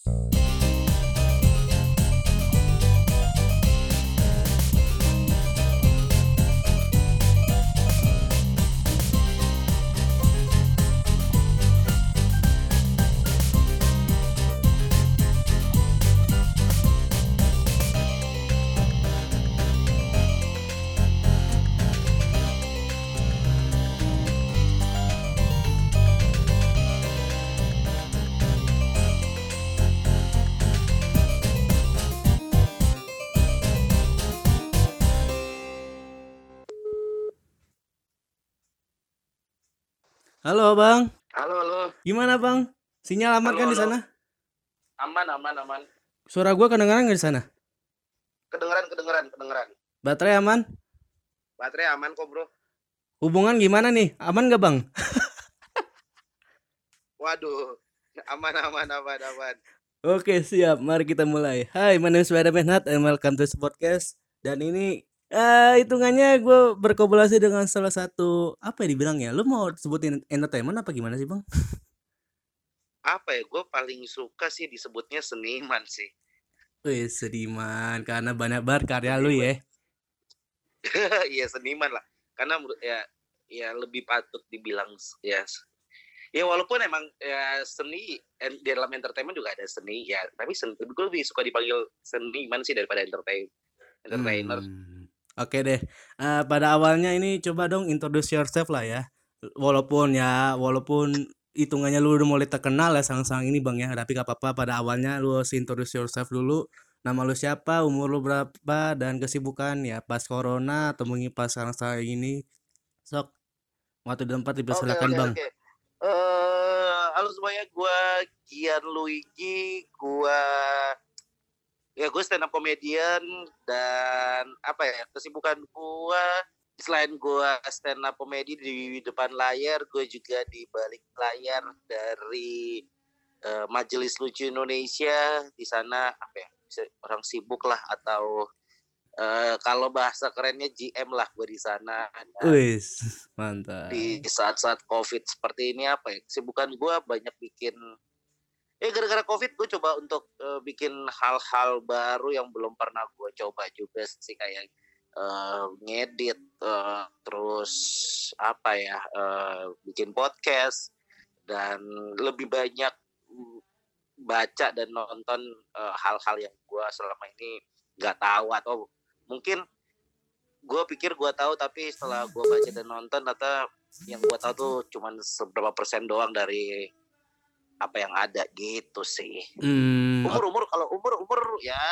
Halo Bang, Halo, halo. gimana Bang? Sinyal aman Halo, kan di halo. sana? Aman, aman, aman. Suara gua kedengeran nggak di sana? Kedengeran, kedengeran, kedengeran. Baterai aman? Baterai aman kok, bro. Hubungan gimana nih? Aman nggak Bang? Waduh. Aman, aman, aman, aman. Oke siap, mari kita mulai. Hai, my name is Benhat and welcome to this podcast. Dan ini hitungannya gue berkolaborasi dengan salah satu apa ya dibilang ya? Lu mau sebutin entertainment apa gimana sih Bang? Apa ya, gue paling suka sih disebutnya seniman sih. Wih, seniman karena banyak banget karya lu Seniman. ya. Iya, seniman lah. Karena menurut ya lebih patut dibilang ya. Ya walaupun emang ya seni di dalam entertainment juga ada seni ya, tapi gue lebih suka dipanggil seniman sih daripada entertainer. Oke deh. Pada awalnya ini coba dong introduce yourself lah ya. Walaupun hitungannya lu udah mulai terkenal ya sang-sang ini Bang ya. Tapi gak apa-apa pada awalnya lu harus introduce yourself dulu. Nama lu siapa, umur lu berapa, dan kesibukan ya pas corona atau mungkin pas sekarang ini. Sok, waktu dan tempat Oke, dipersilakan oke, Bang. oke. Halo semuanya, gue Gian Luigi, gue stand up comedian dan apa ya kesibukan gue selain gue stand up comedy di depan layar, gue juga di balik layar dari Majelis Lucu Indonesia. Di sana apa ya, orang sibuk lah atau kalau bahasa kerennya GM lah gue di sana. Wis, mantap. Di saat-saat COVID seperti ini apa ya, kesibukan gue banyak bikin gara-gara COVID gue coba untuk bikin hal-hal baru yang belum pernah gue coba juga sih, kayak ngedit, terus apa ya, bikin podcast dan lebih banyak baca dan nonton hal-hal yang gue selama ini nggak tahu, atau mungkin gue pikir gue tahu tapi setelah gue baca dan nonton ternyata yang gue tahu tuh cuman seberapa persen doang dari apa yang ada gitu sih. Kalau umur ya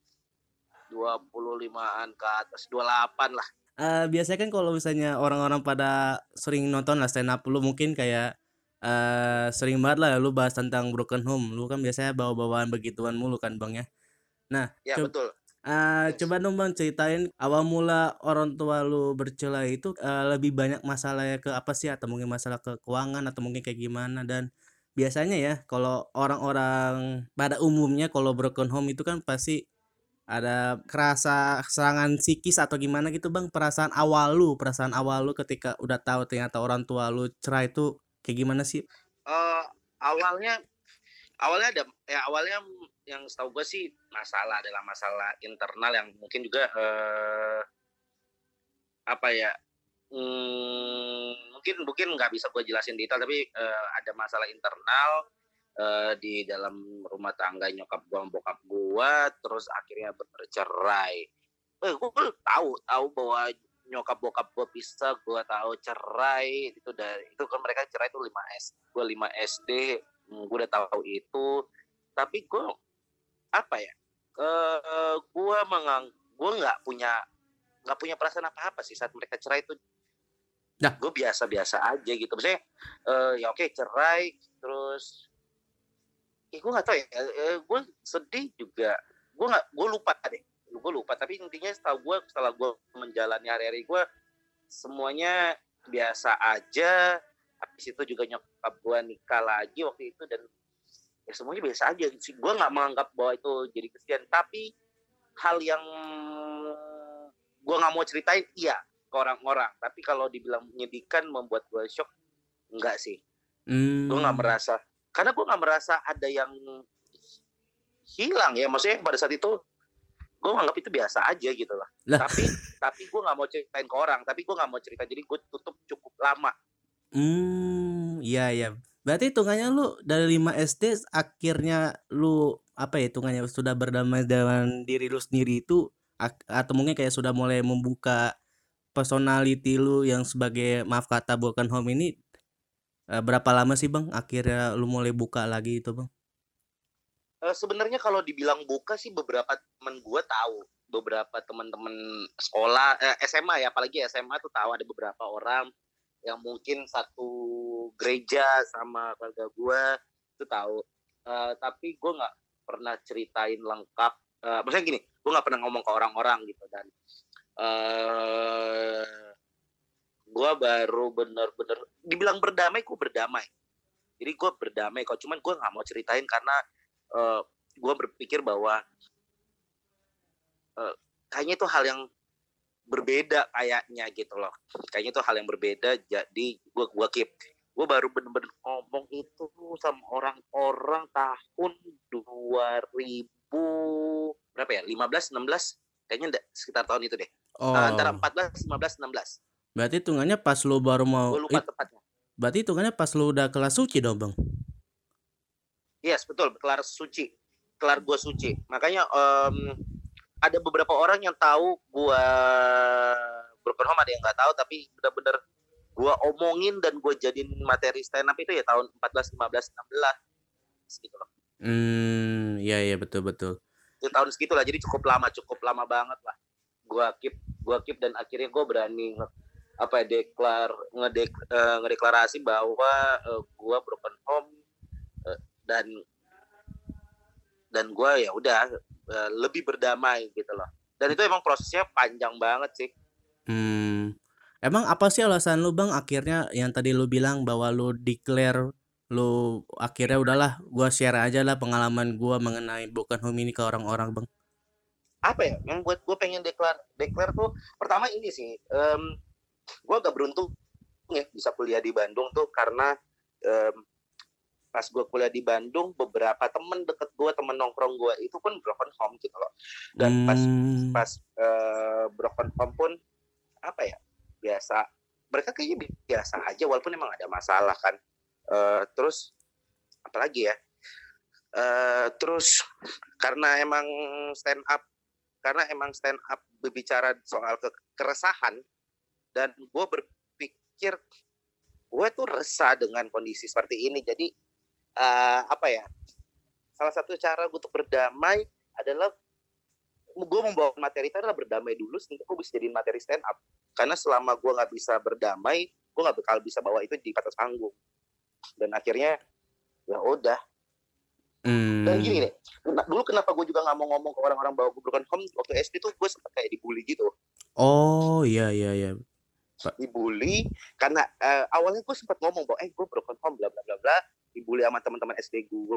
25-an ke atas, 28 lah. Biasanya kan kalau misalnya orang-orang pada sering nonton lah stand up lu mungkin kayak sering banget lah lu bahas tentang broken home. Lu kan biasanya bawa-bawaan begituan mulu kan Bang ya. Nah, Ya betul. coba dong Bang ceritain awal mula orang tua lu bercerai itu lebih banyak masalahnya ke apa sih, atau mungkin masalah ke keuangan atau mungkin kayak gimana. Dan biasanya ya kalau orang-orang pada umumnya kalau broken home itu kan pasti ada kerasa serangan psikis atau gimana gitu Bang. Perasaan awal lu ketika udah tahu ternyata orang tua lu cerai itu kayak gimana sih? Uh, awalnya awalnya yang setahu gue sih adalah masalah internal yang mungkin juga apa ya, mungkin nggak bisa gue jelasin detail, tapi ada masalah internal di dalam rumah tangga nyokap gue bokap gue, terus akhirnya bercerai. Gue tahu bahwa nyokap bokap gue pisah, gue tahu cerai itu kan mereka cerai itu 5 SD, gue udah tahu itu, tapi gue apa ya, gue nggak punya perasaan apa sih saat mereka cerai itu. Nah, gue biasa-biasa aja gitu, maksudnya ya oke cerai, terus gue nggak tahu ya, gue sedih juga, gue lupa, tapi intinya setelah gue menjalani hari-hari gue semuanya biasa aja. Habis itu juga nyokap gue nikah lagi waktu itu, dan ya semuanya biasa aja sih. Gue nggak menganggap bahwa itu jadi kesedihan, tapi hal yang gue nggak mau ceritain iya ke orang-orang, tapi kalau dibilang menyedihkan, membuat gue shock, enggak sih. Gue nggak merasa, karena gue nggak merasa ada yang hilang ya. Maksudnya pada saat itu gue anggap itu biasa aja gitu lah. Lah, Tapi gue nggak mau ceritain ke orang. Tapi gue nggak mau cerita. Jadi gue tutup cukup lama. iya ya. Berarti hitungannya lu dari 5 SD akhirnya lu apa ya hitungannya sudah berdamai dengan diri lu sendiri itu atau mungkin kayak sudah mulai membuka personality lu yang sebagai maaf kata broken home ini berapa lama sih Bang akhirnya lu mulai buka lagi itu Bang? Sebenarnya kalau dibilang buka sih beberapa teman gue tahu, beberapa teman-teman sekolah SMA ya, apalagi SMA tuh tahu ada beberapa orang yang mungkin satu gereja sama keluarga gue itu tahu. Tapi gue nggak pernah ceritain lengkap. Maksudnya gini, gue nggak pernah ngomong ke orang-orang gitu dan gue baru bener-bener dibilang berdamai, gue berdamai. Jadi gue berdamai kok, cuman gue nggak mau ceritain karena gue berpikir bahwa kayaknya itu hal yang berbeda kayaknya gitu loh. Kayaknya itu hal yang berbeda, jadi gue keep. Gue baru bener-bener ngomong itu sama orang-orang tahun 2000 berapa ya? 15, 16 kayaknya sekitar tahun itu deh. Antara Oh, 14, 15, 16. berarti hitungannya pas lu baru mau Gue lupa tepatnya. berarti hitungannya pas lu udah kelas suci dong Bang? Yes, betul. Kelar suci. Kelar gue suci. Makanya ada beberapa orang yang tahu gue broken home, ada yang nggak tahu, tapi benar-benar gue omongin dan gue jadiin materi stand up itu ya tahun 14, 15, 16 gitu loh. Iya iya betul betul. Itu tahun segitulah, jadi cukup lama banget lah. Gue keep dan akhirnya gue berani ngedeklarasi bahwa gue broken home dan gue ya udah lebih berdamai gitu loh. Dan itu emang prosesnya panjang banget sih. Emang apa sih alasan lu Bang akhirnya yang tadi lu bilang bahwa lu declare lu akhirnya udahlah gua share aja lah pengalaman gua mengenai broken home ini ke orang-orang Bang? Apa ya yang buat gue pengen declare tuh pertama ini sih, gue agak beruntung ya bisa kuliah di Bandung tuh karena pas gue kuliah di Bandung beberapa temen deket gue, temen nongkrong gue itu pun broken home gitu loh. Dan pas broken home pun apa ya, biasa, mereka kayaknya biasa aja walaupun emang ada masalah kan. Terus apalagi ya, terus karena emang stand up berbicara soal keresahan, dan gue berpikir gue tuh resah dengan kondisi seperti ini. Jadi apa ya, salah satu cara gue untuk berdamai adalah gue membawa materi itu adalah berdamai dulu sehingga gue bisa jadiin materi stand up. Karena selama gue nggak bisa berdamai, gue nggak bakal bisa bawa itu di atas panggung. Dan akhirnya ya udah. Dan gini deh, dulu kenapa gue juga nggak mau ngomong ke orang-orang bahwa gue broken home, waktu SD tuh gue sempat kayak dibully gitu. Oh iya iya iya. Dibully karena awalnya gue sempat ngomong bahwa gue broken home bla bla bla bla, dibully sama teman-teman SD gue,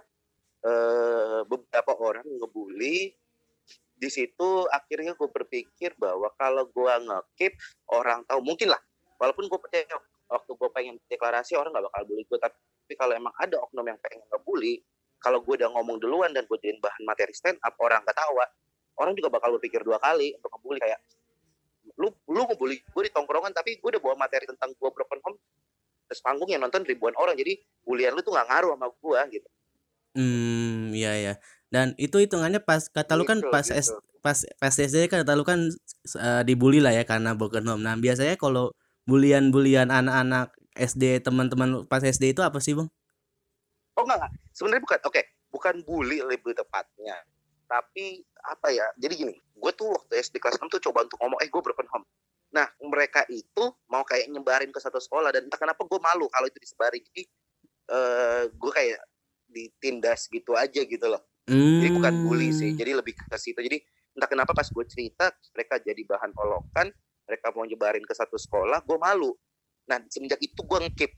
beberapa orang ngebully. Di situ akhirnya gue berpikir bahwa kalau gue nge-keep, orang tahu mungkin lah, walaupun gue percaya waktu gue pengen deklarasi orang nggak bakal bully gue, tapi kalau emang ada oknum yang pengen ngebully, kalau gue udah ngomong duluan dan gue jadiin bahan materi stand up, orang ketawa, orang juga bakal berpikir dua kali untuk ngebully. Kayak lu ngebully gue di tongkrongan tapi gue udah bawa materi tentang gue broken home, terus panggung yang nonton ribuan orang, jadi bulian lu tuh nggak ngaruh sama gue gitu. Iya ya. Dan itu hitungannya pas kata lu kan Gitu. pas SD kan kata lu kan dibully lah ya karena broken home. Nah, biasanya kalau bulian-bulian anak-anak SD teman-teman pas SD itu apa sih, Bang? Oh enggak. Sebenarnya bukan bully lebih tepatnya. Tapi apa ya? Jadi gini, gue tuh waktu SD kelas 6 tuh coba untuk ngomong gue broken home. Nah, mereka itu mau kayak nyebarin ke satu sekolah dan entah kenapa gue malu kalau itu disebarin. Jadi gue kayak ditindas gitu aja gitu loh. Jadi bukan bully sih, jadi lebih ke situ. Jadi entah kenapa pas gue cerita mereka jadi bahan olokan, mereka mau nyebarin ke satu sekolah, gue malu. Nah, semenjak itu gue nge-keep.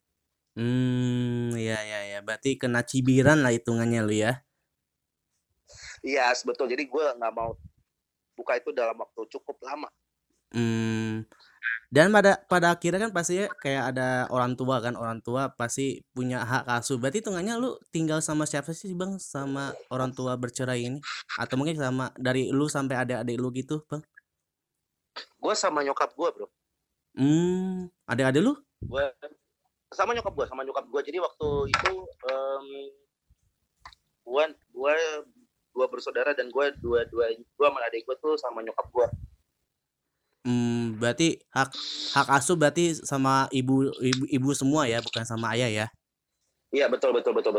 Iya ya ya. Berarti kena cibiran lah hitungannya lu ya. Iya, betul. Jadi gue nggak mau buka itu dalam waktu cukup lama. Dan pada akhirnya kan pastinya kayak ada orang tua kan, orang tua pasti punya hak asuh. Berarti hitungannya lu tinggal sama siapa sih Bang? Sama orang tua bercerai ini? Atau mungkin sama dari lu sampai adik-adik lu gitu Bang? Gue sama nyokap gue bro. Adik-adik lu? Gue sama nyokap gue. Jadi waktu itu gue dua bersaudara dan gue dua sama adik gue tuh sama nyokap gue. Berarti hak asuh berarti sama ibu semua ya, bukan sama ayah ya? Iya betul.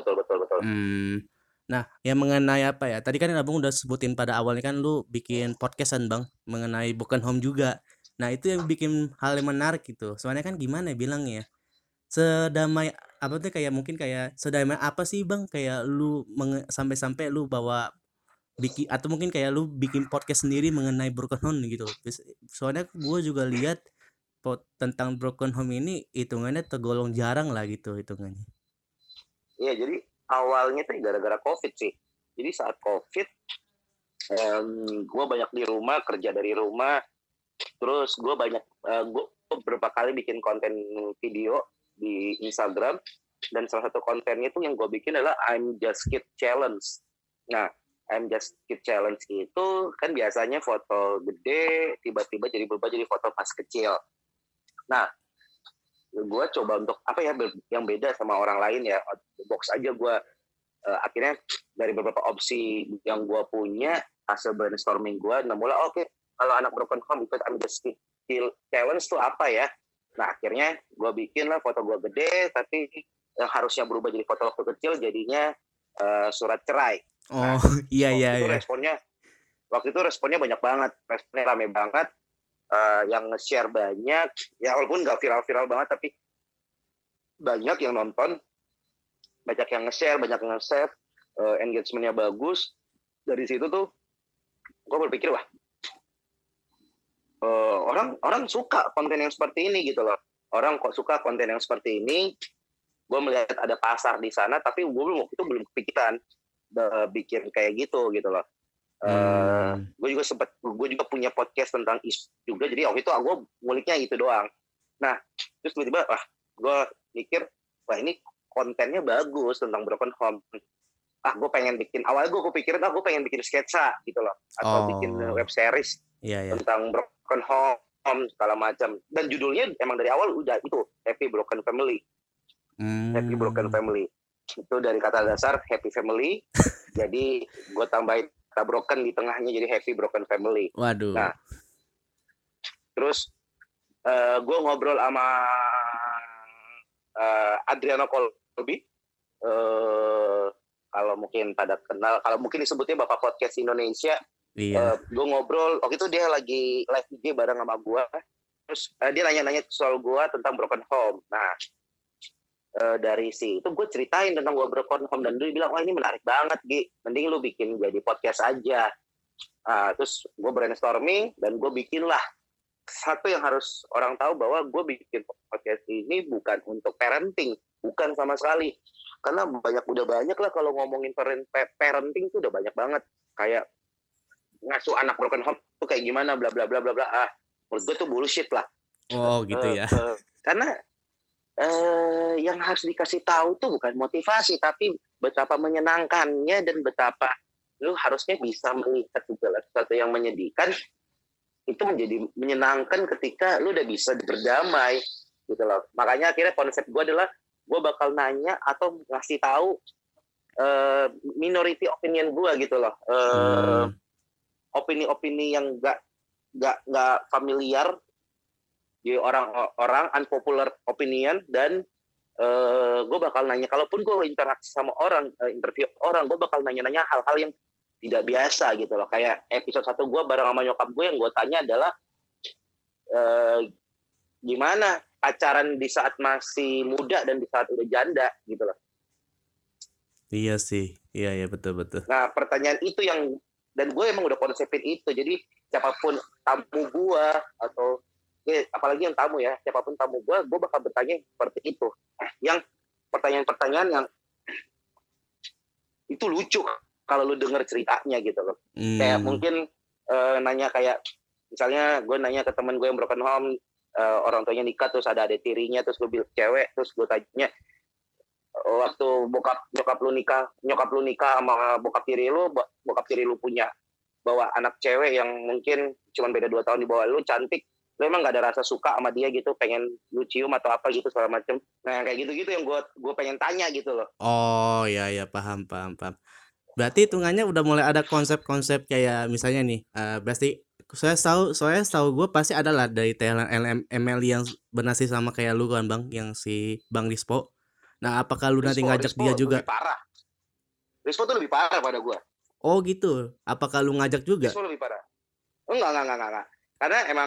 Nah, yang mengenai apa ya? Tadi kan Abang udah sebutin pada awalnya kan lu bikin podcast kan Bang mengenai broken home juga. Nah, itu yang bikin hal yang menarik gitu. Soalnya kan gimana ya bilangnya? Sedamai apa tuh kayak mungkin kayak sedamai apa sih Bang kayak lu sampai-sampai lu bawa bikin atau mungkin kayak lu bikin podcast sendiri mengenai broken home gitu. Soalnya gue juga lihat tentang broken home ini hitungannya tergolong jarang lah gitu hitungannya. Iya, jadi awalnya tuh gara-gara COVID sih. Jadi saat COVID, gue banyak di rumah, kerja dari rumah. Terus gue beberapa kali bikin konten video di Instagram. Dan salah satu kontennya tuh yang gue bikin adalah I'm Just Kid Challenge. Nah, I'm Just Kid Challenge itu kan biasanya foto gede, tiba-tiba jadi berubah jadi foto pas kecil. Nah, gue coba untuk apa ya yang beda sama orang lain ya, box aja gue. Akhirnya dari beberapa opsi yang gue punya hasil brainstorming gue mulai oke, kalau anak broken home ikut I'm Just Kid Challenge tuh apa ya. Nah akhirnya gue bikin lah foto gue gede tapi yang harusnya berubah jadi foto waktu kecil jadinya surat cerai. Oh iya. Waktu itu responnya banyak banget, responnya rame banget. Yang nge-share banyak, ya walaupun nggak viral-viral banget, tapi banyak yang nonton, banyak yang nge-share, engagementnya bagus. Dari situ tuh, gue berpikir, wah, orang suka konten yang seperti ini gitu loh. Orang kok suka konten yang seperti ini, gue melihat ada pasar di sana, tapi gue belum kepikiran bikin kayak gitu loh. Gue juga punya podcast tentang isu juga, jadi waktu itu gue nguliknya itu doang. Nah terus tiba-tiba gue mikir wah ini kontennya bagus tentang broken home. Gue pengen bikin, awalnya gue pikirin gue pengen bikin sketsa gitu loh, atau bikin web series tentang broken home segala macam, dan judulnya emang dari awal udah itu Happy Broken Family. Happy Broken Family itu dari kata dasar happy family. Jadi gue tambahin kata broken di tengahnya jadi Happy Broken Family. Waduh. Nah, terus gue ngobrol sama Adriano Colby. Kalau mungkin pada kenal, kalau mungkin disebutnya Bapak Podcast Indonesia. Iya. Gue ngobrol, waktu itu dia lagi live IG bareng sama gue. Terus dia nanya-nanya soal gue tentang broken home. Nah, dari situ gue ceritain tentang gue broken home dan dia bilang wah ini menarik banget Gi, mending lu bikin jadi podcast aja. Terus gue brainstorming dan gue bikin lah. Satu yang harus orang tahu bahwa gue bikin podcast ini bukan untuk parenting, bukan sama sekali, karena udah banyak lah kalau ngomongin parenting tuh udah banyak banget, kayak ngasuh anak broken home tuh kayak gimana bla bla bla bla bla. Menurut gue tuh bullshit lah. Oh gitu ya. Karena yang harus dikasih tahu tuh bukan motivasi, tapi betapa menyenangkannya dan betapa lu harusnya bisa melihat segala sesuatu yang menyedihkan itu menjadi menyenangkan ketika lu udah bisa berdamai gitu loh. Makanya akhirnya konsep gue adalah gue bakal nanya atau ngasih tahu minority opinion gue gitu loh, opini-opini yang nggak familiar di orang unpopular opinion. Dan gue bakal nanya, kalaupun gue interaksi sama orang, interview orang, gue bakal nanya-nanya hal-hal yang tidak biasa gitu loh. Kayak episode 1 gue bareng sama nyokap gue yang gue tanya adalah gimana pacaran di saat masih muda dan di saat udah janda gitu loh. Iya sih, iya betul. Nah pertanyaan itu yang, dan gue emang udah konsepin itu, jadi siapapun tamu gue atau apalagi yang tamu ya, siapapun tamu gue bakal bertanya seperti itu. Yang pertanyaan-pertanyaan yang itu lucu kalau lu denger ceritanya gitu loh. Kayak mungkin nanya kayak, misalnya gue nanya ke temen gue yang broken home, orang tuanya nikah, terus ada adik tirinya, terus gue bilang cewek, terus gue tanya waktu nyokap lu nikah sama bokap tiri lu punya bawa anak cewek yang mungkin cuma beda 2 tahun di bawah lu, cantik, lu emang gak ada rasa suka sama dia gitu, pengen lu cium atau apa gitu segala macem. Nah kayak gitu-gitu yang gue pengen tanya gitu loh. Oh ya ya, paham paham paham. Berarti hitungannya udah mulai ada konsep-konsep kayak misalnya nih, berarti soalnya tahu gue pasti ada lah dari talent ML yang bernasib sama kayak lu kan bang, yang si Bang Rispo. Nah apakah lu nanti ngajak Rispo dia lebih juga? parah. Rispo tuh lebih parah pada gue. Oh gitu. Apakah lu ngajak juga? Rispo lebih parah. Enggak. Karena emang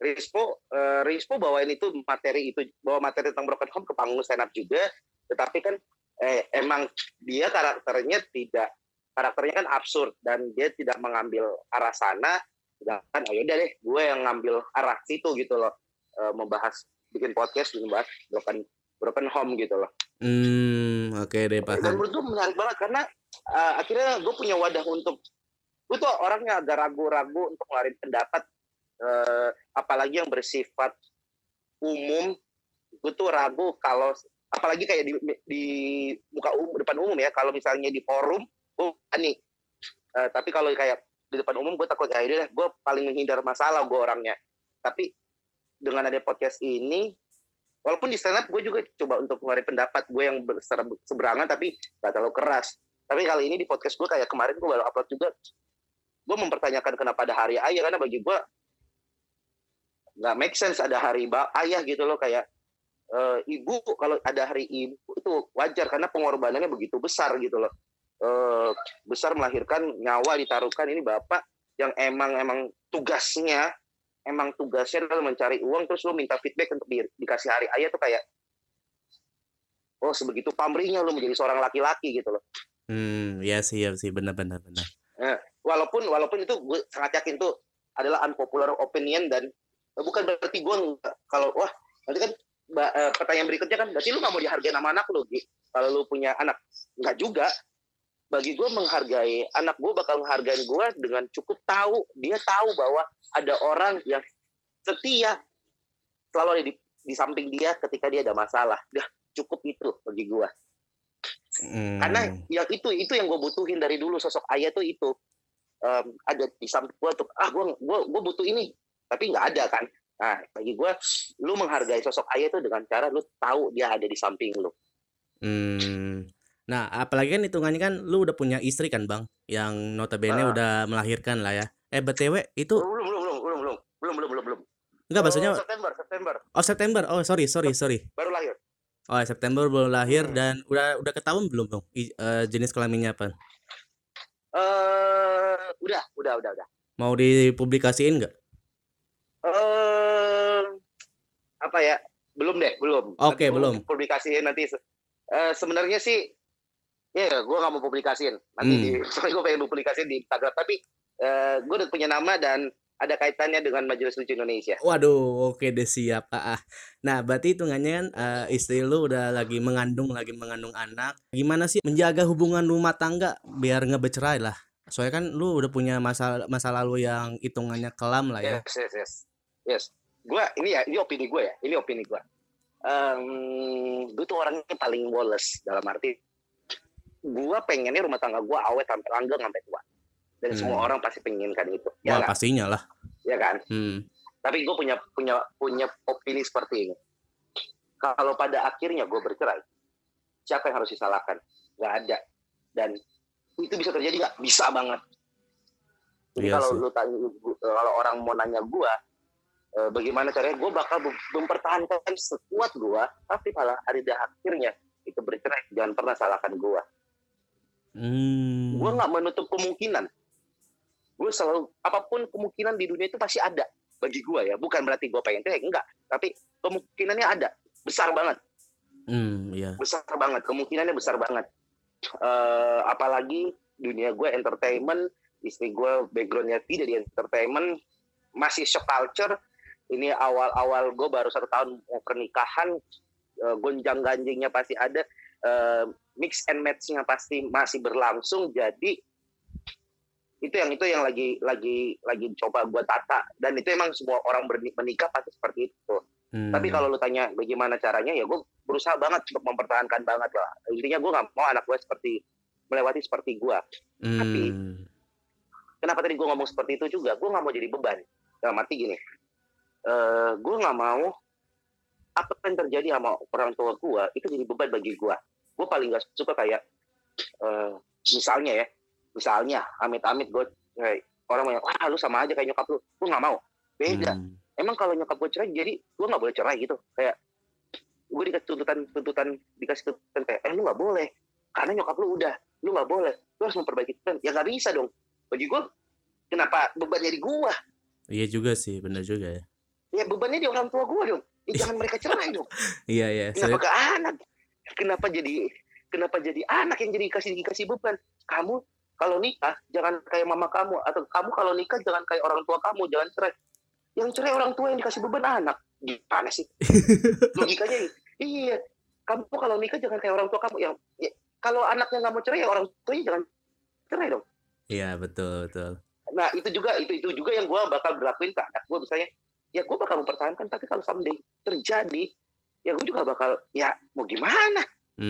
Rispo bawain itu bawa materi tentang broken home ke panggung stand up juga, tetapi kan emang dia karakternya kan absurd dan dia tidak mengambil arah sana, sedangkan oh yaudah deh gue yang ngambil arah situ gitu loh, bikin podcast membahas broken home gitu loh. Oke deh, paham. Dan menurut gue menarik banget karena akhirnya gue punya wadah gue tuh orangnya agak ragu-ragu untuk ngeluarin pendapat, apalagi yang bersifat umum. Gue tuh ragu kalau apalagi kayak di depan umum ya, kalau misalnya di forum gue berani, tapi kalau kayak di depan umum gue takut kayak deh, gue paling menghindar masalah gue orangnya. Tapi dengan ada podcast ini, walaupun di stand up gue juga coba untuk ngeluarin pendapat gue yang seberangan tapi gak terlalu keras. Tapi kali ini di podcast gue kayak kemarin gue baru upload juga, gue mempertanyakan kenapa ada hari ayah, karena bagi gue nggak make sense ada hari ayah gitu loh. Kayak ibu, kalau ada hari ibu itu wajar karena pengorbanannya begitu besar gitu loh, besar, melahirkan, nyawa ditaruhkan. Ini bapak yang emang tugasnya adalah mencari uang, terus lu minta feedback untuk dikasih hari ayah tuh kayak oh sebegitu pamrihnya lu menjadi seorang laki-laki gitu loh. Ya sih benar. Walaupun itu gue sangat yakin tuh adalah unpopular opinion, dan bukan berarti gue kalau wah nanti kan pertanyaan berikutnya kan berarti lu nggak mau dihargai sama anak lu kalau lu punya anak. Nggak juga. Bagi gue menghargai anak gue bakal menghargai gue dengan cukup dia tahu bahwa ada orang yang setia selalu ada di samping dia ketika dia ada masalah. Udah cukup itu bagi gue. Karena yang itu yang gue butuhin dari dulu, sosok ayah tuh itu ada di samping gue tuh. Gue butuh ini, tapi nggak ada kan. Nah bagi gue, lu menghargai sosok ayah itu dengan cara lu tahu dia ada di samping lu. Nah apalagi kan hitungannya kan lu udah punya istri kan bang, yang notabene udah melahirkan lah ya. BTW itu belum. Enggak, maksudnya September. Oh September. Oh sorry. Baru lahir. Oh September baru lahir. Dan udah ketahuan belum dong jenis kelaminnya apa? Udah. Mau dipublikasiin nggak? Apa ya? Belum. Oke, belum. Publikasiin nanti. Sebenarnya sih, ya gue nggak mau publikasiin. Nanti soalnya gue pengen publikasiin di Instagram. Tapi gue udah punya nama dan ada kaitannya dengan Majelis Lucu Indonesia. Waduh, oke deh, siap. Nah, berarti hitungannya kan istri lu udah lagi mengandung anak. Gimana sih menjaga hubungan rumah tangga biar nggak bercerai lah? Soalnya kan lu udah punya masa lalu yang hitungannya kelam lah ya. Yes. Ini opini gue ya. Gue tuh orangnya paling woles, dalam arti gue pengennya rumah tangga gue awet sampai langgeng sampai tua. Dan semua orang pasti penginginkan itu. Wah, ya pastinya lah. Ya kan? Tapi gue punya opini seperti ini. Kalau pada akhirnya gue bercerai, siapa yang harus disalahkan? Gak ada. Dan itu bisa terjadi nggak? Bisa banget. Jadi kalau orang mau nanya gue, bagaimana caranya, gue bakal mempertahankan sekuat gue, tapi pada hari akhirnya itu bercerai, jangan pernah salahkan gue. Gue nggak menutup kemungkinan. Gue selalu, apapun kemungkinan di dunia itu pasti ada bagi gue ya. Bukan berarti gue pengen cerai, enggak. Tapi kemungkinannya ada, besar banget. Besar banget, kemungkinannya besar banget. Apalagi dunia gue entertainment, istri gue backgroundnya tidak di entertainment, masih shock culture. Ini awal gue baru 1 tahun pernikahan, gonjang-ganjingnya pasti ada, mix and match-nya pasti masih berlangsung. Jadi itu yang lagi coba gue tata, dan itu emang semua orang menikah pasti seperti itu. Tapi Hmm. kalau lu tanya bagaimana caranya, ya gue berusaha banget untuk mempertahankan banget lah. Intinya gue nggak mau anak gue seperti melewati seperti gue. Tapi Hmm. kenapa tadi gue ngomong seperti itu juga? Gue nggak mau jadi beban. Dalam arti gini, gue nggak mau apa yang terjadi sama orang tua gue itu jadi beban bagi gue. Gue paling nggak suka kayak misalnya amit-amit gue kayak orang banyak, wah lu sama aja kayak nyokap lu. Gue nggak mau. Beda. Emang kalau nyokap gue cerai, jadi gue nggak boleh cerai gitu. Kayak gue dikasih tuntutan kayak, lu nggak boleh karena nyokap lu udah, lu nggak boleh, lu harus memperbaiki itu. Ya nggak bisa dong. Bagi gue, kenapa bebannya di gue? Iya juga sih, benar juga ya. Ya bebannya di orang tua gue dong. Jangan mereka cerai dong. Iya ya. Kenapa ke anak? Kenapa jadi anak yang jadi dikasih beban? Kamu kalau nikah jangan kayak mama kamu, atau kamu kalau nikah jangan kayak orang tua kamu, jangan cerai. Yang cerai orang tua, yang dikasih beban anak. Gimana sih? Logikanya iya. Kamu kalau nikah jangan kayak orang tua kamu. Ya, kalau anaknya nggak mau cerai, ya orang tuanya jangan cerai dong. Iya betul. Nah itu juga yang gue bakal berlakuin ke anak gue. Misalnya, ya gue bakal mempertahankan, tapi kalau someday terjadi, ya gue juga bakal, ya mau gimana.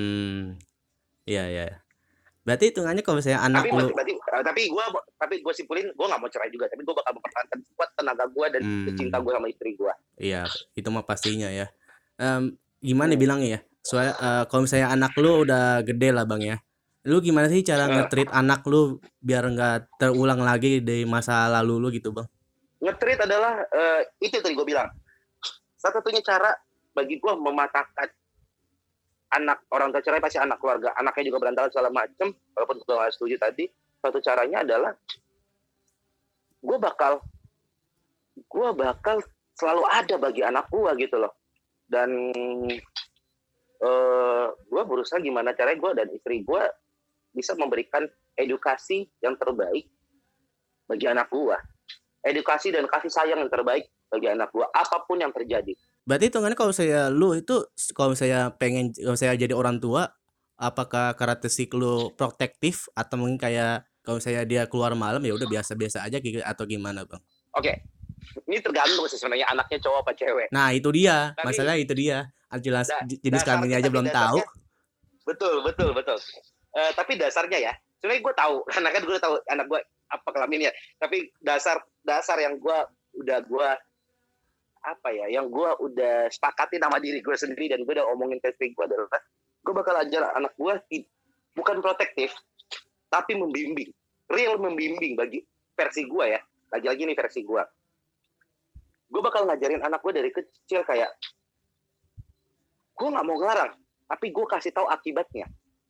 Iya. Berarti hitungannya kalau misalnya anak lu, tapi gue simpulin, gue nggak mau cerai juga, tapi gue bakal mempertahankan kuat tenaga gue dan cinta gue sama istri gue. Iya itu mah pastinya ya. Gimana bilangnya ya? Soalnya kalau misalnya anak lu udah gede lah bang ya, lu gimana sih cara nge-treat anak lu biar nggak terulang lagi dari masa lalu lu gitu bang? Nge-treat adalah itu tadi gue bilang, satu-satunya cara bagi gue mematahkan anak orang tua cerai, pasti anak keluarga, anaknya juga berantakan segala macem, walaupun gue gak setuju tadi. Satu caranya adalah gue bakal selalu ada bagi anak gue gitu loh. Dan gue berusaha gimana caranya gue dan istri gue bisa memberikan edukasi yang terbaik bagi anak gue, edukasi dan kasih sayang yang terbaik bagi anak gue, apapun yang terjadi. Berarti hitungannya kalau saya lu itu, kalau saya jadi orang tua, apakah karakteristik lu protektif atau mungkin kayak kalau saya dia keluar malam ya udah biasa-biasa aja gitu atau gimana bang? Oke, ini tergantung sih sebenarnya anaknya cowok apa cewek. Nah itu dia, masalah itu dia. Jelas jenis kelaminnya aja belum tahu. Betul. Tapi dasarnya ya, sebenarnya gue tahu, karena kan gue tahu anak gue apa kelaminnya. Tapi dasar yang gue udah sepakati sama diri gue sendiri dan gue udah omongin ke istri gue adalah, gue bakal ajar anak gue bukan protektif, tapi membimbing, real membimbing bagi versi gue ya. Lagi-lagi nih versi gue bakal ngajarin anak gue dari kecil kayak, gue nggak mau ngelarang, tapi gue kasih tahu akibatnya.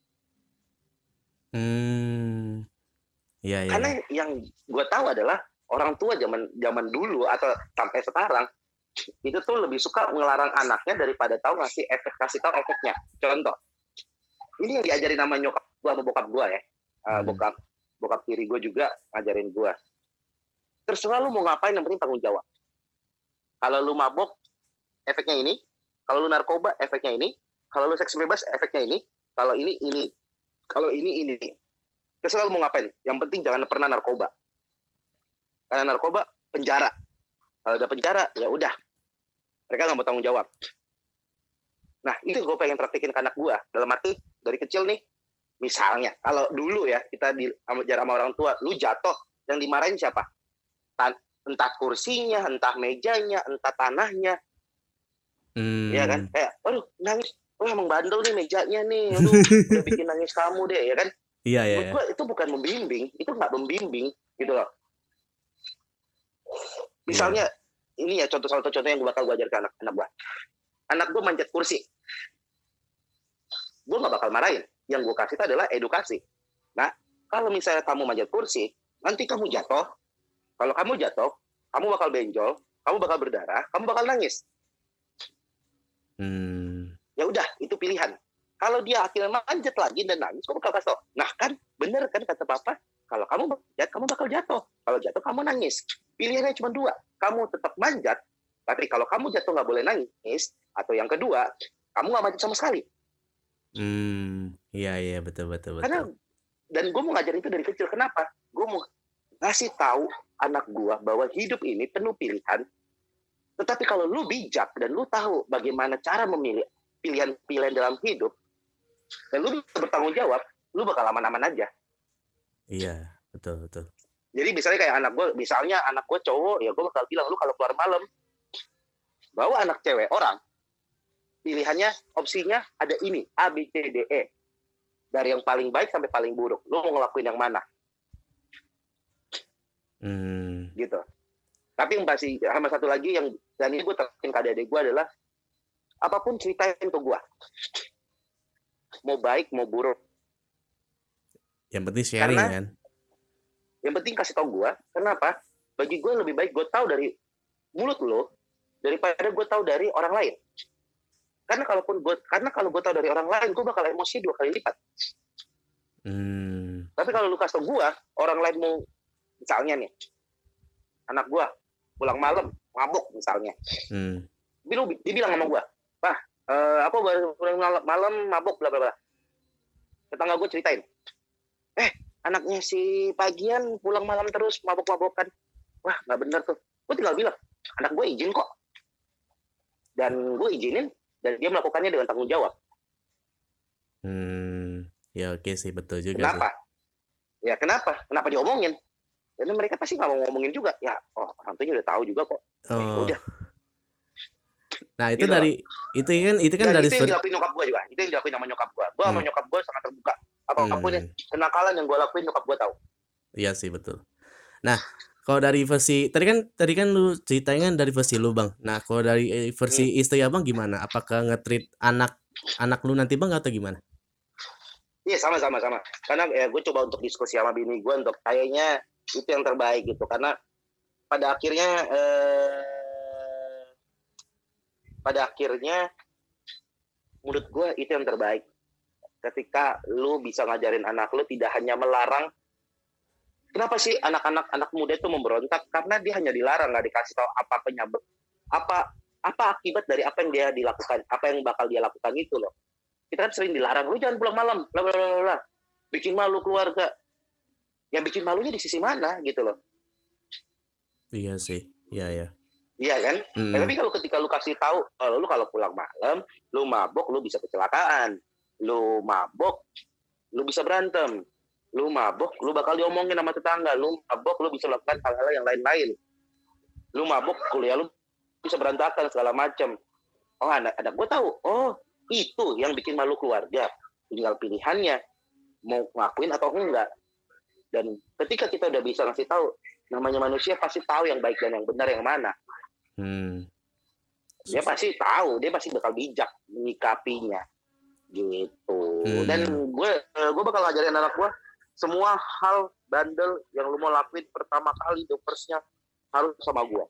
Iya. Karena yang gue tahu adalah orang tua zaman dulu atau sampai sekarang itu tuh lebih suka ngelarang anaknya daripada kasih tahu efeknya. Contoh, ini yang diajarin nama nyokap gue sama bokap gue ya. Bokap tiri gue juga ngajarin gue, terserah lu mau ngapain, yang penting tanggung jawab. Kalau lu mabok, efeknya ini. Kalau lu narkoba, efeknya ini. Kalau lu seks bebas, efeknya ini. Kalau ini. Kalau ini. Terserah lu mau ngapain, yang penting jangan pernah narkoba. Karena narkoba penjara. Kalau udah penjara, ya udah, mereka nggak mau tanggung jawab. Nah itu gue pengen praktekin ke anak gue. Dalam arti dari kecil nih, misalnya kalau dulu ya kita diajar sama orang tua, lu jatuh, yang dimarahin siapa? Entah kursinya, entah mejanya, entah tanahnya. Ya kan, kayak aduh nangis, emang bandel nih mejanya nih, aduh udah bikin nangis kamu deh, ya kan. Iya. Menurut gue itu bukan membimbing, itu nggak membimbing gitu loh. Misalnya ini ya contoh yang gue bakal gue ajar ke anak gue. Anak gue manjat kursi, gue nggak bakal marahin. Yang gue kasih itu adalah edukasi. Nah kalau misalnya kamu manjat kursi, nanti kamu jatuh. Kalau kamu jatuh, kamu bakal benjol, kamu bakal berdarah, kamu bakal nangis. Ya udah, itu pilihan. Kalau dia akhirnya manjat lagi dan nangis, kamu bakal kasih. Nah kan, bener kan kata papa, kalau kamu manjat, kamu bakal jatuh. Kalau jatuh, kamu nangis. Pilihannya cuma dua. Kamu tetap manjat, tapi kalau kamu jatuh nggak boleh nangis. Atau yang kedua, kamu nggak manjat sama sekali. Iya, betul. Karena, dan gue mau ngajarin itu dari kecil. Kenapa? Gue mau ngasih tahu anak gue bahwa hidup ini penuh pilihan. Tetapi kalau lu bijak dan lu tahu bagaimana cara memilih pilihan-pilihan dalam hidup, dan lu bisa bertanggung jawab, lu bakal aman-aman aja. Iya, betul betul. Jadi misalnya kayak anak gue cowok, ya gue bakal bilang, lu kalau keluar malam, bawa anak cewek orang, pilihannya, opsinya ada ini, A, B, C, D, E. Dari yang paling baik sampai paling buruk. Lu mau ngelakuin yang mana? Gitu. Tapi yang pasti, sama satu lagi yang, dan ini gue terapin ke adik-adik gue adalah, apapun ceritain ke gue. Mau baik, mau buruk. Yang penting sharing kan. Yang penting kasih tau gue. Kenapa? Bagi gue lebih baik gue tahu dari mulut lo daripada gue tahu dari orang lain. Karena kalau gue tahu dari orang lain, gue bakal emosi 2 kali lipat. Tapi kalau lu kasih tau gue, orang lain mau, misalnya nih, anak gue pulang malam mabuk misalnya, dia bilang sama gue, "Pak, aku baru pulang malam mabuk bla bla bla." Tetangga gue ceritain, anaknya si Pagian pulang malam terus mabuk-mabukan. Wah, nggak bener tuh. Gue tinggal bilang, anak gue izin kok. Dan gue izinin, dan dia melakukannya dengan tanggung jawab. Ya oke sih, betul juga. Kenapa? Sih. Ya kenapa? Kenapa diomongin? Karena mereka pasti nggak mau ngomongin juga. Ya, orang tuanya udah tahu juga kok. Udah. Nah itu gitu dari itu kan dari itu yang dilakuin nyokap gue juga. Itu yang dilakuin sama nyokap gue. Gue sama nyokap gue sangat terbuka. Apapun ya, kenakalan yang gue lakuin nyokap gue tahu. Iya sih betul. Nah kalau dari versi tadi kan lu ceritain kan dari versi lu bang. Nah kalau dari versi istri abang gimana? Apakah nge-treat anak lu nanti bang atau gimana? Iya sama. Karena ya gue coba untuk diskusi sama bini gue untuk kayaknya itu yang terbaik gitu. Karena pada akhirnya menurut gue itu yang terbaik. Ketika lu bisa ngajarin anak lu tidak hanya melarang. Kenapa sih anak muda itu memberontak? Karena dia hanya dilarang, nggak dikasih tahu apa penyebab, apa akibat dari apa yang dia dilakukan, apa yang bakal dia lakukan itu loh. Kita kan sering dilarang, lu jangan pulang malam, bla bla bla bla, bikin malu keluarga. Yang bikin malunya di sisi mana gitu loh? Iya sih, iya. Iya kan? Tapi kalau ketika lu kasih tahu, lu kalau pulang malam, lu mabok, lu bisa kecelakaan. Lu mabok, lu bisa berantem. Lu mabok, lu bakal diomongin sama tetangga. Lu mabok, lu bisa melakukan hal-hal yang lain-lain. Lu mabok, kuliah lu bisa berantakan segala macam. Oh, anak gue tahu. Oh, itu yang bikin malu keluarga. Tinggal pilihannya mau ngakuin atau enggak. Dan ketika kita udah bisa ngasih tahu, namanya manusia pasti tahu yang baik dan yang benar yang mana. Dia pasti tahu, dia pasti bakal bijak menyikapinya. Gitu. Dan gue bakal ngajarin anak gue semua hal bandel yang lu mau lakuin pertama kali first-nya harus sama gue.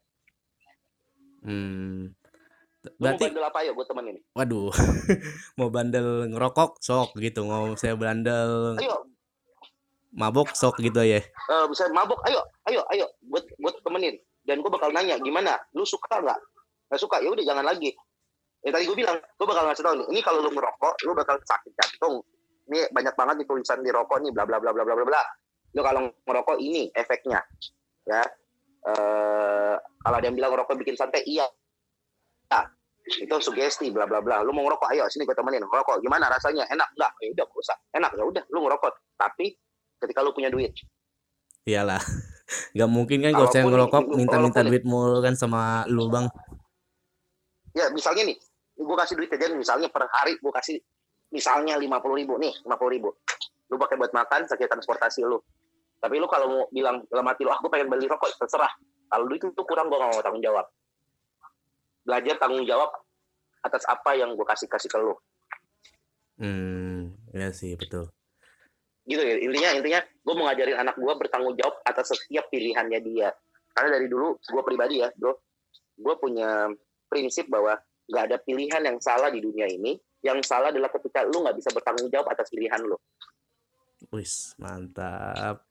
Berarti mau bandel apa ya buat temen ini? Waduh. Mau bandel ngerokok sok gitu, mau saya bandel mabok sok gitu ya. Bisa mabok, ayo buat temenin. Dan gue bakal nanya gimana, lu suka nggak suka, ya udah jangan lagi. Ya tadi gue bilang, gue bakal ngasih tau nih, ini kalau lu ngerokok, lu bakal sakit jantung. Ini banyak banget nih tulisan di rokok nih, bla bla bla bla bla bla. Lu kalau ngerokok ini efeknya, ya. Kalau ada yang bilang ngerokok bikin santai, iya. Nah, itu sugesti, bla bla bla. Lu mau ngerokok, ayo sini gue temenin ngerokok. Gimana rasanya? Enak nggak? Ya udah, gak usah. Enak ya udah, lu ngerokok. Tapi ketika lu punya duit. Iyalah. Gak mungkin kan kalau saya ngerokok minta duit mulu kan sama lu bang. Ya misalnya nih, gue kasih duit aja misalnya per hari gue kasih misalnya 50.000 nih, 50.000. Lu pakai buat makan, sakit transportasi lu. Tapi lu kalau mau bilang dalam hati lu, gue pengen beli rokok, terserah. Kalau duit itu kurang, gue gak mau tanggung jawab. Belajar tanggung jawab atas apa yang gue kasih ke lu. Ya sih betul. Gitu ya, intinya gue mau ngajarin anak gue bertanggung jawab atas setiap pilihannya dia. Karena dari dulu gue pribadi ya, bro, gue punya prinsip bahwa nggak ada pilihan yang salah di dunia ini. Yang salah adalah ketika lu nggak bisa bertanggung jawab atas pilihan lu. Wis, mantap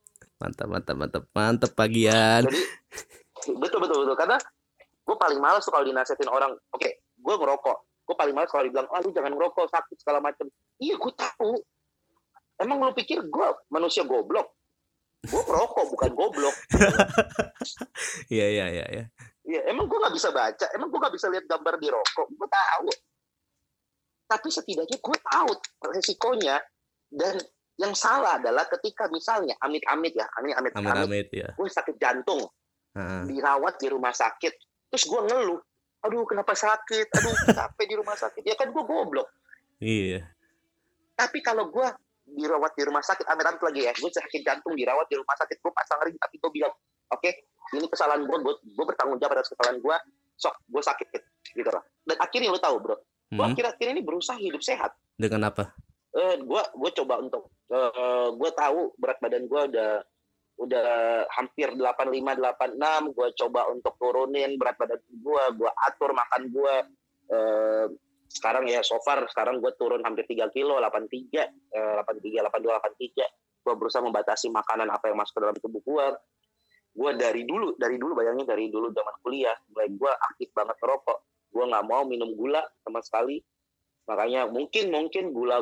Pagian. Jadi betul. Karena gue paling malas tuh kalau dinasihatin orang. Oke, gue ngerokok. Gue paling malas kalau dibilang, lu jangan ngerokok, sakit segala macam. Iya, gue tahu. Emang lu pikir gue manusia goblok? Gue perokok bukan goblok. Iya. Iya, emang gue nggak bisa baca, emang gue nggak bisa lihat gambar di rokok. Gue tahu, tapi setidaknya gue tahu resikonya. Dan yang salah adalah ketika misalnya amit-amit ya, amit-amit, Amit-amit ya. gue sakit jantung, dirawat di rumah sakit, terus gue ngeluh, aduh kenapa sakit, aduh capek di rumah sakit, ya kan gue goblok. Iya. Tapi kalau gue dirawat di rumah sakit, amit-amit lagi ya, gue sakit jantung dirawat di rumah sakit, gue pasang ring, tapi gue bilang, oke, ini kesalahan gue bertanggung jawab atas kesalahan gue, sok gue sakit gitu loh. Dan akhirnya lo tahu bro, gue akhir-akhir ini berusaha hidup sehat. Dengan apa? Gue coba untuk gue tahu berat badan gue udah hampir 85-86. Gue coba untuk turunin berat badan gue atur makan gue. Sekarang ya so far sekarang gue turun hampir 3 kilo, 83, 82, 83. Gue berusaha membatasi makanan apa yang masuk ke dalam tubuh gue. Gue dari dulu bayangin, dari dulu zaman kuliah mulai gue aktif banget merokok. Gue nggak mau minum gula sama sekali. Makanya mungkin gula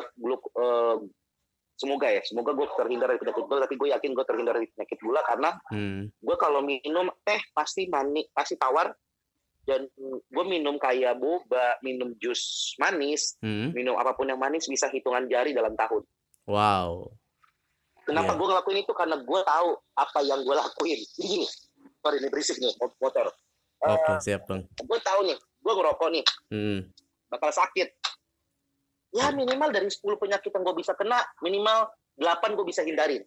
semoga gue terhindar dari penyakit gula, tapi gue yakin gue terhindar dari penyakit gula karena gue kalau minum teh pasti manis, pasti tawar, dan gue minum kayak boba, minum jus manis, minum apapun yang manis bisa hitungan jari dalam tahun. Wow. Kenapa gue ngelakuin itu? Karena gue tahu apa yang gue lakuin. Gini, sorry ini berisik nih motor. Oke, siap bang. Gue tahu nih, gue ngerokok nih, bakal sakit. Ya minimal dari 10 penyakit yang gue bisa kena, minimal 8 gue bisa hindarin.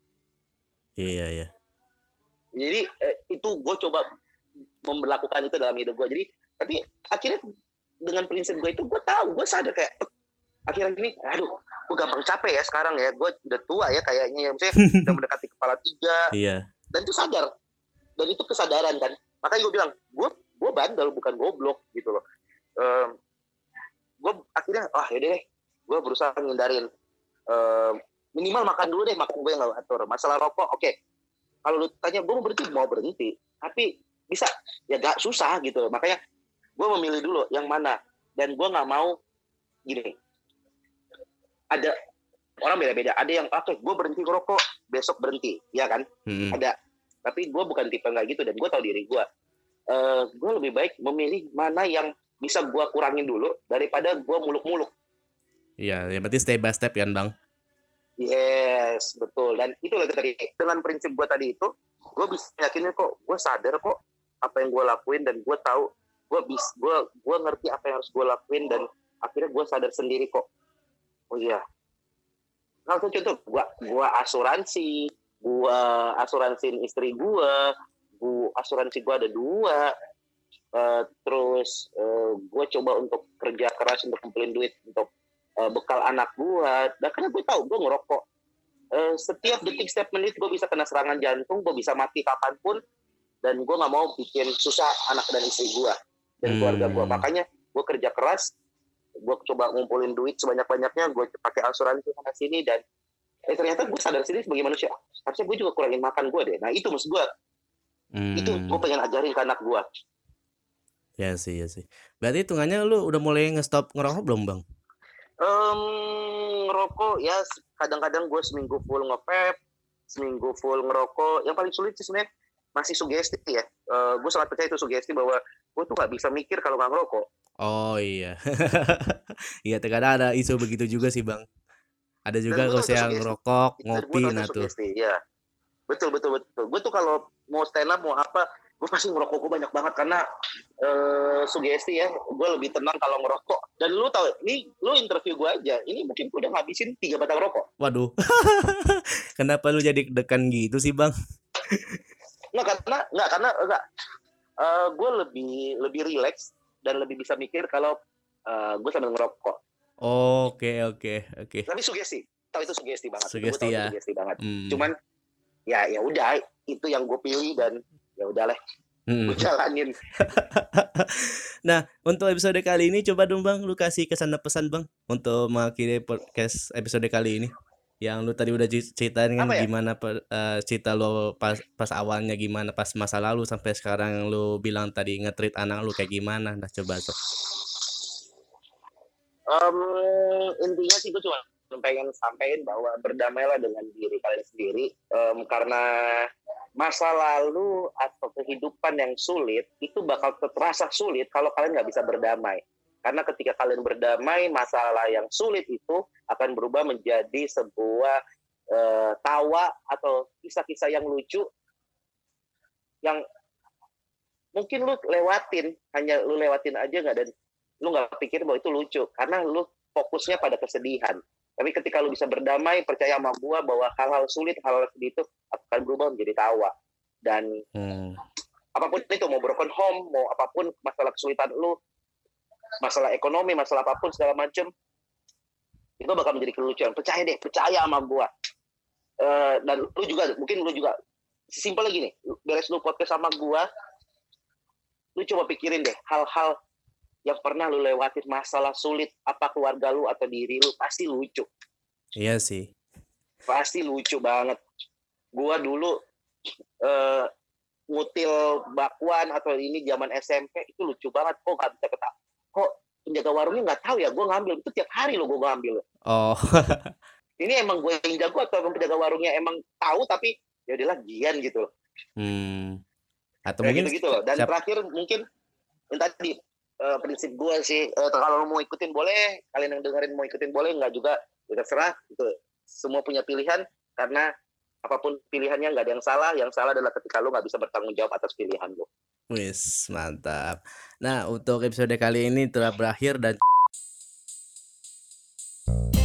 Iya. Jadi itu gue coba memperlakukan itu dalam hidup gue. Jadi tapi akhirnya dengan prinsip gue itu, gue tahu, gue sadar kayak akhirnya ini, aduh, gue gampang capek ya sekarang ya, gue udah tua ya kayaknya, ya maksudnya udah mendekati kepala 3. Iya. Dan itu sadar, dan itu kesadaran kan. Makanya gue bilang, gue bandel bukan goblok gitu loh. Gue akhirnya yaudah deh, gue berusaha ngindarin, minimal makan dulu deh, makan gue yang gak atur. Masalah rokok, oke. Kalau lu tanya gue mau berhenti, tapi bisa, ya gak susah gitu. Makanya gue memilih dulu yang mana, dan gue gak mau gini, ada orang beda-beda, ada yang gue berhenti ngerokok, besok berhenti, ya kan? Ada, tapi gue bukan tipe gak gitu, dan gue tahu diri gue. Gue lebih baik memilih mana yang bisa gue kurangin dulu daripada gue muluk-muluk. Iya, yang berarti step by step kan bang? Yes, betul. Dan itu lagi tadi, dengan prinsip gue tadi itu, gue bisa yakinin kok, gue sadar kok apa yang gue lakuin, dan gue tahu, gue ngerti apa yang harus gue lakuin, dan akhirnya gue sadar sendiri kok. Oh iya. Nah, contoh, gue asuransiin istri gue asuransi gue ada 2. Terus gue coba untuk kerja keras untuk kumpulin duit untuk bekal anak gue. Dan karena gue tahu gue ngerokok, setiap detik, setiap menit gue bisa kena serangan jantung, gue bisa mati kapanpun, dan gue nggak mau bikin susah anak dan istri gue dan keluarga gue. Makanya gue kerja keras, gue coba ngumpulin duit sebanyak-banyaknya, gue pakai asuransi sana sini, dan ternyata gue sadar sendiri sebagai manusia, harusnya gue juga kurangin makan gue deh. Nah itu maksud gue, itu gue pengen ajarin ke anak gue. Ya sih. Berarti hitungannya lu udah mulai nge-stop ngerokok belum bang? Ngerokok ya kadang-kadang gue seminggu full nge-vape, seminggu full ngerokok. Yang paling sulit sih sebenarnya masih sugesti ya. Gue sangat percaya itu sugesti bahwa gue tuh nggak bisa mikir kalau nggak ngerokok. Oh iya. Iya, terkadang ada isu begitu juga sih bang. Ada juga kalau saya ngerokok, ngopi, nah tuh. Ya. Betul. Gue tuh kalau mau stand up mau apa, gue pasti ngerokok gue banyak banget karena sugesti ya. Gue lebih tenang kalau ngerokok. Dan lu tahu, ini lu interview gue aja, ini mungkin gue udah ngabisin 3 batang rokok. Waduh. Kenapa lu jadi dekan gitu sih bang? Karena gue lebih relax dan lebih bisa mikir kalau gue sambil ngerokok. Oke. Tapi sugesti, tahu itu sugesti banget. Sugesti ya. Sugesti banget. Cuman ya udah, itu yang gue pilih, dan ya udahlah, gue jalanin. Nah, untuk episode kali ini coba dong bang, lu kasih kesan dan pesan bang untuk mengakhiri podcast episode kali ini. Yang lu tadi udah ceritain kan gimana cerita lu pas awalnya, gimana pas masa lalu sampai sekarang lu bilang tadi nge-treat anak lu kayak gimana. Nah coba sok. Intinya sih gue cuma pengen sampaikan bahwa berdamailah dengan diri kalian sendiri, karena masa lalu atau kehidupan yang sulit itu bakal terasa sulit kalau kalian nggak bisa berdamai. Karena ketika kalian berdamai, masalah yang sulit itu akan berubah menjadi sebuah tawa atau kisah-kisah yang lucu yang mungkin lu lewatin, hanya lu lewatin aja nggak, dan lu nggak pikir bahwa itu lucu karena lu fokusnya pada kesedihan. Tapi ketika lu bisa berdamai, percaya sama gua bahwa hal-hal sulit, hal-hal sedih itu akan berubah menjadi tawa. Dan apapun itu, mau broken home, mau apapun masalah kesulitan lu, masalah ekonomi, masalah apapun segala macem, itu bakal menjadi kelucuan. Percaya deh, percaya sama gua. Dan lu juga, mungkin lu juga simpel lagi nih, beres lu podcast sama gua, lu coba pikirin deh hal-hal yang pernah lu lewatin, masalah sulit, apa keluarga lu atau diri lu, pasti lucu. Iya sih. Pasti lucu banget. Gua dulu ngutil bakwan atau ini zaman SMP itu lucu banget. Kok gak bisa ketawa? Kok penjaga warungnya nggak tahu ya? Gue ngambil itu tiap hari lo gue ngambil. Oh. Ini emang gue yang jago atau penjaga warungnya emang tahu tapi ya udahlah gian gitu loh. Atau mungkin gitu loh. Dan terakhir mungkin yang tadi prinsip gue sih, kalau mau ikutin boleh, kalian yang dengerin mau ikutin boleh, nggak juga ya terserah. Gitu. Semua punya pilihan, karena apapun pilihannya nggak ada yang salah adalah ketika lu nggak bisa bertanggung jawab atas pilihan lu. Wis, mantap. Nah, untuk episode kali ini telah berakhir dan